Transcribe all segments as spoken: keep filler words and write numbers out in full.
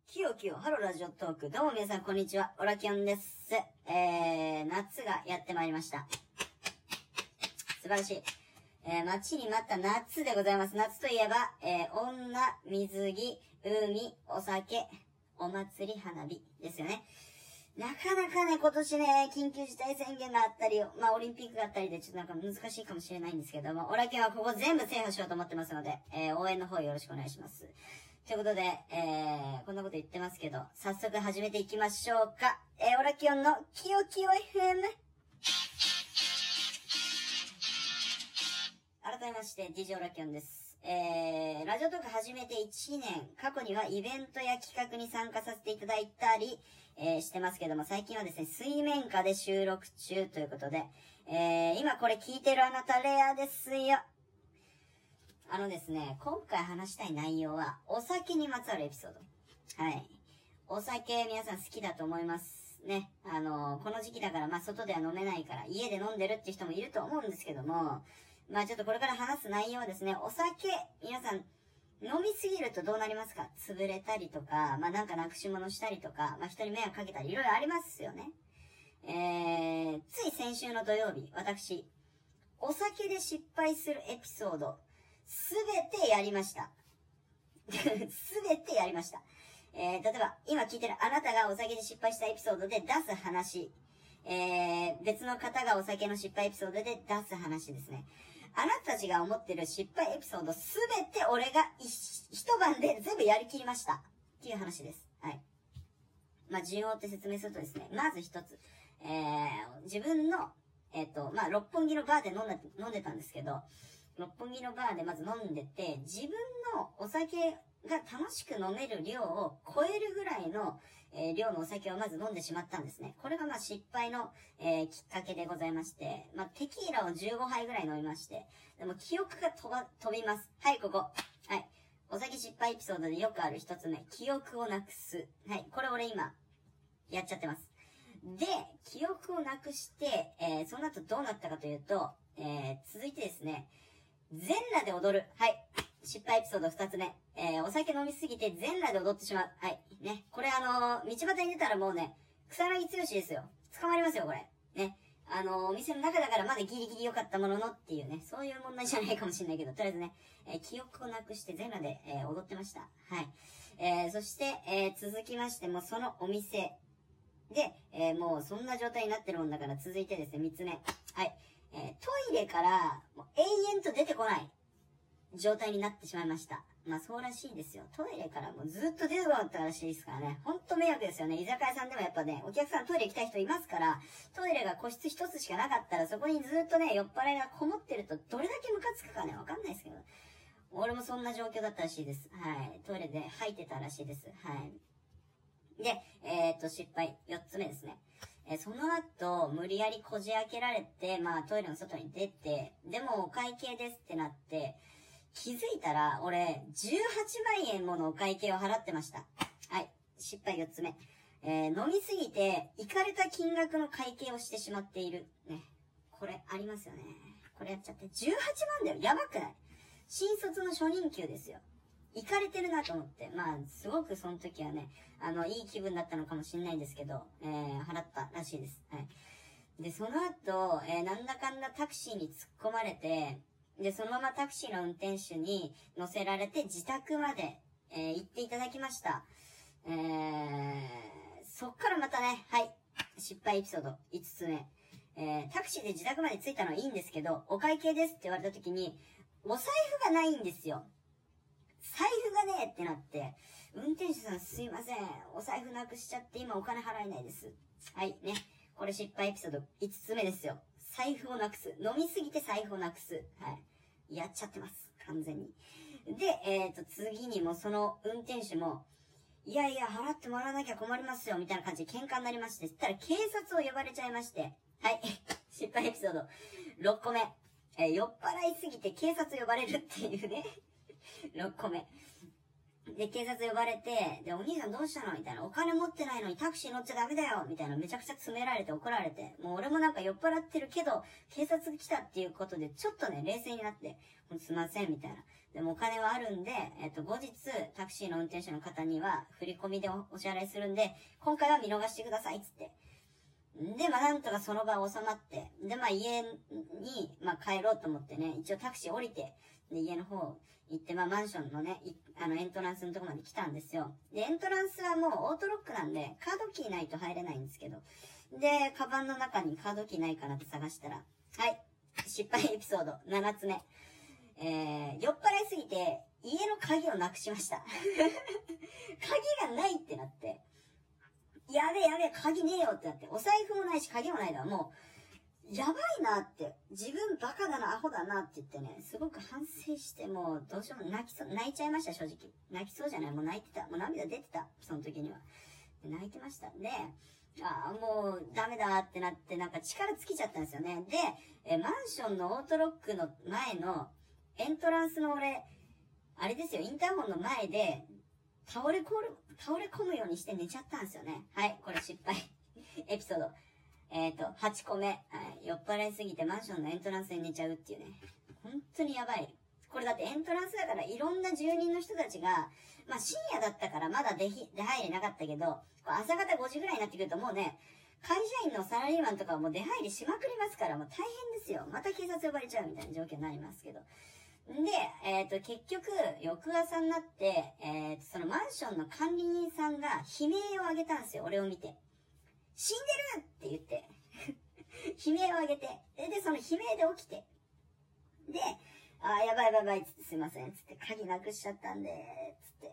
きよきよ、ハローラジオトーク。どうも皆さん、こんにちは。オラキオンです。えー、夏がやってまいりました。素晴らしい。えー、待ちに待った夏でございます。夏といえば、えー、女、水着、海、お酒、お祭り、花火ですよね。なかなかね、今年ね、緊急事態宣言があったり、まあ、オリンピックがあったりで、ちょっとなんか難しいかもしれないんですけども、オラキオンはここ全部制覇しようと思ってますので、えー、応援の方よろしくお願いします。ということで、えー、こんなこと言ってますけど、早速始めていきましょうか。えー、オラキオンのキヨキヨ エフエム。改めまして、ディージェー オラキオンです。えー、ラジオトーク始めていちねん、過去にはイベントや企画に参加させていただいたり、えー、してますけども、最近はですね、水面下で収録中ということで、えー、今これ聞いてるあなたレアですよ。あのですね、今回話したい内容は、お酒にまつわるエピソード。はい。お酒皆さん好きだと思いますね。あの、この時期だから、まあ外では飲めないから、家で飲んでるっていう人もいると思うんですけども、まあちょっとこれから話す内容はですね、お酒、皆さん、飲みすぎるとどうなりますか？潰れたりとか、まあなんかなくし物したりとか、まあ人に迷惑かけたり、いろいろありますよね。えー、つい先週の土曜日、私、お酒で失敗するエピソード、すべてやりました。すべてやりました。えー、例えば、今聞いてるあなたがお酒で失敗したエピソードで出す話。えー、別の方がお酒の失敗エピソードで出す話ですね。あなたたちが思ってる失敗エピソードすべて俺が一晩で全部やりきりました。っていう話です。はい。まあ、順を追って説明するとですね、まず一つ。えー、自分の、えっと、まあ、六本木のバーで飲んだ、飲んでたんですけど、六本木のバーでまず飲んでて、自分のお酒が楽しく飲める量を超えるぐらいの、えー、量のお酒をまず飲んでしまったんですね。これがまあ失敗の、えー、きっかけでございまして、まあテキーラをじゅうごはいぐらい飲みまして、でも記憶が飛ば、飛びます。はい、ここ。はい。お酒失敗エピソードでよくある一つ目。記憶をなくす。はい。これ俺今、やっちゃってます。で、記憶をなくして、えー、その後どうなったかというと、えー、続いてですね、全裸で踊る。はい。失敗エピソード二つ目。えー、お酒飲みすぎて全裸で踊ってしまう。はい。ね。これあのー、道端に出たらもうね、草薙剛ですよ。捕まりますよ、これ。ね。あのー、お店の中だからまだギリギリ良かったもののっていうね、そういう問題じゃないかもしれないけど、とりあえずね、えー、記憶をなくして全裸で、えー、踊ってました。はい。えー、そして、えー、続きましても、そのお店で、えー、もうそんな状態になってるもんだから続いてですね、三つ目。はい。えー、トイレからもう永遠と出てこない状態になってしまいました。まあそうらしいですよ。トイレからもうずっと出てこなかったらしいですからね。ほんと迷惑ですよね。居酒屋さんでもやっぱね、お客さんトイレ行きたい人いますから、トイレが個室一つしかなかったらそこにずっとね、酔っ払いがこもってるとどれだけムカつくかね、わかんないですけど。俺もそんな状況だったらしいです。はい。トイレで吐いてたらしいです。はい。で、えー、っと、失敗。四つ目ですね。えー、その後、無理やりこじ開けられて、まあトイレの外に出て、でもお会計ですってなって、気づいたら、俺、じゅうはちまんえんものお会計を払ってました。はい。失敗よっつめ。えー、飲みすぎて、イかれた金額の会計をしてしまっている。ね。これ、ありますよね。これやっちゃって。じゅうはちまんだよ。やばくない？新卒の初任給ですよ。イかれてるなと思って。まあ、すごくその時はね、あの、いい気分だったのかもしれないんですけど、えー、払ったらしいです。はい。で、その後、えー、なんだかんだタクシーに突っ込まれて、で、そのままタクシーの運転手に乗せられて自宅まで、えー、行っていただきました。えー、そっからまたね、はい、失敗エピソードいつつめ。えー、タクシーで自宅まで着いたのはいいんですけど、お会計ですって言われた時に、お財布がないんですよ。財布がねえってなって、運転手さんすいません、お財布なくしちゃって今お金払えないです。はい、ね。これ失敗エピソードいつつめですよ。財布をなくす。飲みすぎて財布をなくす。はい。やっちゃってます。完全に。で、えっと、次にもその運転手も、いやいや、払ってもらわなきゃ困りますよ、みたいな感じで喧嘩になりまして、そしたら警察を呼ばれちゃいまして、はい。失敗エピソードろっこめ。えー、酔っ払いすぎて警察呼ばれるっていうね。ろっこめ。で、警察呼ばれて、で、お兄さんどうしたのみたいな。お金持ってないのにタクシー乗っちゃダメだよみたいな。めちゃくちゃ詰められて怒られて。もう俺もなんか酔っ払ってるけど、警察来たっていうことで、ちょっとね、冷静になって、すいません、みたいな。 でもお金はあるんで、えっと、後日、タクシーの運転手の方には、振り込みで お, お支払いするんで、今回は見逃してください、つって。で、まあ、なんとかその場収まって、で、まあ、家に、まあ、帰ろうと思ってね、一応タクシー降りて、で、家の方行って、まあ、マンションのね、あの、エントランスのとこまで来たんですよ。で、エントランスはもうオートロックなんで、カードキーないと入れないんですけど。で、カバンの中にカードキーないかなって探したら、はい、失敗エピソードななつめ。えー、酔っ払いすぎて、家の鍵をなくしました。鍵がないってなって、やべえやべえ、鍵ねえよってなって、お財布もないし鍵もないだ。もう、やばいなって、自分バカだな、アホだなって言ってね、すごく反省して、もうどうしようも泣きそう、泣いちゃいました、正直。泣きそうじゃない、もう泣いてた。もう涙出てた、その時には。で泣いてました。で、ああ、もうダメだってなって、なんか力尽きちゃったんですよね。で、えマンションのオートロックの前のエントランスの俺、あれですよ、インターホンの前で、倒れこる、倒れ込むようにして寝ちゃったんですよね。はい、これ失敗。エピソード。えっと、はちこめ、はい。酔っ払いすぎてマンションのエントランスに寝ちゃうっていうね。本当にやばい。これだってエントランスだからいろんな住人の人たちが、まあ深夜だったからまだ出ひ出入れなかったけど、朝方ごじぐらいになってくるともうね、会社員のサラリーマンとかはもう出入りしまくりますから、もう大変ですよ。また警察呼ばれちゃうみたいな状況になりますけど。で、えっと、結局、翌朝になって、えっと、そのマンションの管理人さんが悲鳴を上げたんですよ、俺を見て。死んでるって言って。悲鳴を上げて。で、その悲鳴で起きて。で、あー、やばいやばいやばい、つってすいません、つって、鍵なくしちゃったんで、つって。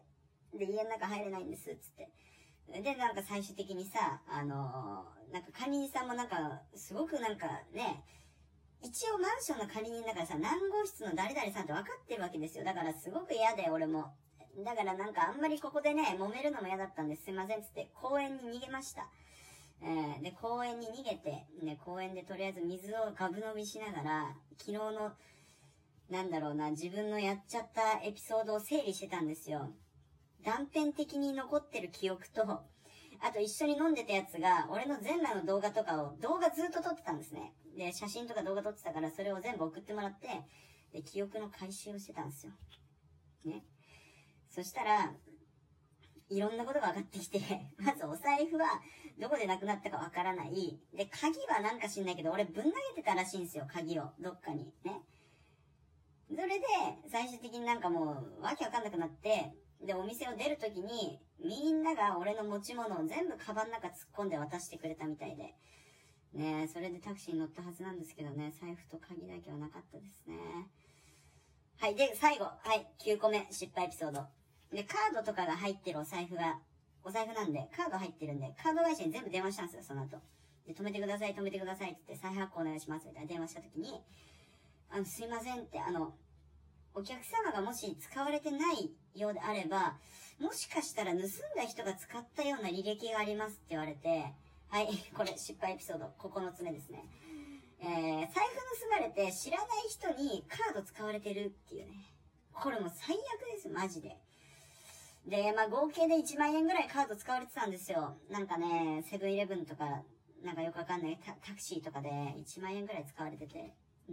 で、家の中入れないんです、つって。で、なんか最終的にさ、あのー、なんか管理人さんもなんか、すごくなんかね、一応マンションの管理人だからさ、何号室の誰々さんって分かってるわけですよ。だからすごく嫌で、俺も。だからなんかあんまりここでね、揉めるのも嫌だったんです。すいません、つって公園に逃げました。えー、で、公園に逃げて、ね、公園でとりあえず水をガブ飲みしながら、昨日の、なんだろうな、自分のやっちゃったエピソードを整理してたんですよ。断片的に残ってる記憶と、あと一緒に飲んでたやつが、俺の全裸の動画とかを、動画ずっと撮ってたんですね。で、写真とか動画撮ってたから、それを全部送ってもらって、で、記憶の回収をしてたんですよ。ね。そしたら、いろんなことが分かってきて、まずお財布は、どこでなくなったか分からない。で、鍵はなんか知んないけど、俺ぶん投げてたらしいんですよ、鍵を。どっかに。ね。それで、最終的になんかもう、わけわかんなくなって、で、お店を出るときに、みんなが俺の持ち物を全部カバンの中突っ込んで渡してくれたみたいで。ねえ、それでタクシーに乗ったはずなんですけどね、財布と鍵だけはなかったですね。はい、で、最後。はい、きゅうこめ、失敗エピソード。で、カードとかが入ってるお財布が、お財布なんで、カード入ってるんで、カード会社に全部電話したんですよ、その後。で、止めてください、止めてくださいって言って、再発行お願いします、みたいな電話したときに、あの、すいませんって、あの、お客様がもし使われてないようであれば、もしかしたら盗んだ人が使ったような履歴がありますって言われて、はい、これ失敗エピソード、ここのつめですね。えー、財布盗まれて知らない人にカード使われてるっていうね。これもう最悪です、マジで。で、まあ合計でいちまんえんぐらいカード使われてたんですよ。なんかね、セブンイレブンとか、なんかよくわかんない タ, タクシーとかでいちまんえんぐらい使われてて。うん、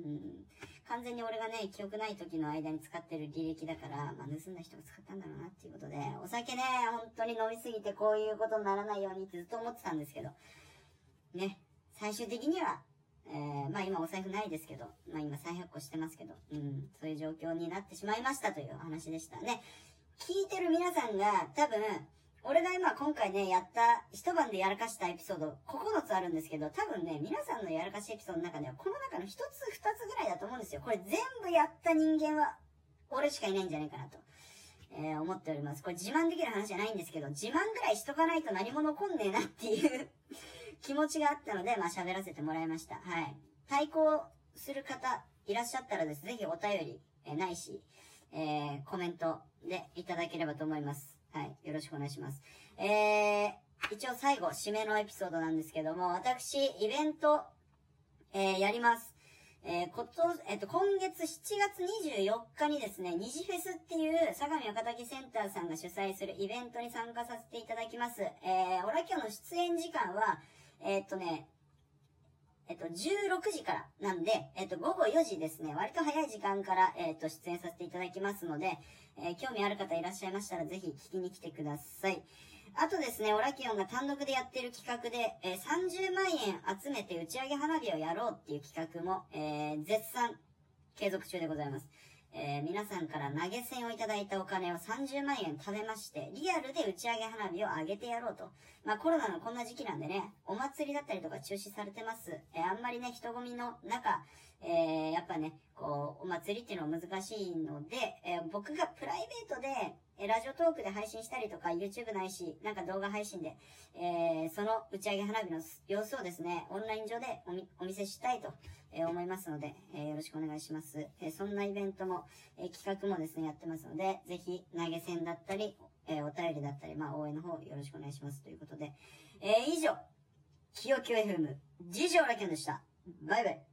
完全に俺がね、記憶ない時の間に使ってる履歴だから、まあ盗んだ人が使ったんだろうなっていうことで、お酒ね、本当に飲みすぎてこういうことにならないようにってずっと思ってたんですけど、ね、最終的には、えー、まあ今お財布ないですけど、まあ今再発行してますけど、うん、そういう状況になってしまいましたという話でしたね。聞いてる皆さんが多分、俺が今今回ね、やった、一晩でやらかしたエピソード、ここのつあるんですけど、多分ね、皆さんのやらかしエピソードの中では、この中の一つ二つぐらいだと思うんですよ。これ全部やった人間は、俺しかいないんじゃないかなと、えー、思っております。これ自慢できる話じゃないんですけど、自慢ぐらいしとかないと何も残んねえなっていう気持ちがあったので、まあ喋らせてもらいました。はい。対抗する方、いらっしゃったらです。ぜひお便り、えー、ないし、えー、コメントでいただければと思います。はい。よろしくお願いします。えー、一応最後、締めのエピソードなんですけども、私、イベント、えー、やります。えー、こと、えっと、今月しちがつにじゅうよっかにですね、虹フェスっていう、相模若竹センターさんが主催するイベントに参加させていただきます。えー、オラキョの出演時間は、えー、っとね、 えっと、じゅうろくじからなんで、えっと、ごごよじですね、割と早い時間から、えっと、出演させていただきますので、えー、興味ある方いらっしゃいましたら、ぜひ聞きに来てください。あとですね、オラキオンが単独でやってる企画で、えー、さんじゅうまんえん集めて打ち上げ花火をやろうっていう企画も、えー、絶賛継続中でございます。えー、皆さんから投げ銭をいただいたお金をさんじゅうまんえん食べまして、リアルで打ち上げ花火を上げてやろうと。まあコロナのこんな時期なんでね、お祭りだったりとか中止されてます。えー、あんまりね、人混みの中、えー、やっぱね、こう、お祭りっていうのは難しいので、えー、僕がプライベートで、えー、ラジオトークで配信したりとか、YouTube ないし、なんか動画配信で、えー、その打ち上げ花火の様子をですね、オンライン上でおみ、お見せしたいと、えー、思いますので、えー、よろしくお願いします。えー、そんなイベントも、えー、企画もですね、やってますので、ぜひ投げ銭だったり、えー、お便りだったり、まあ、応援の方よろしくお願いしますということで、えー、以上、きよきよ エフエム、次女ラケンでした。バイバイ。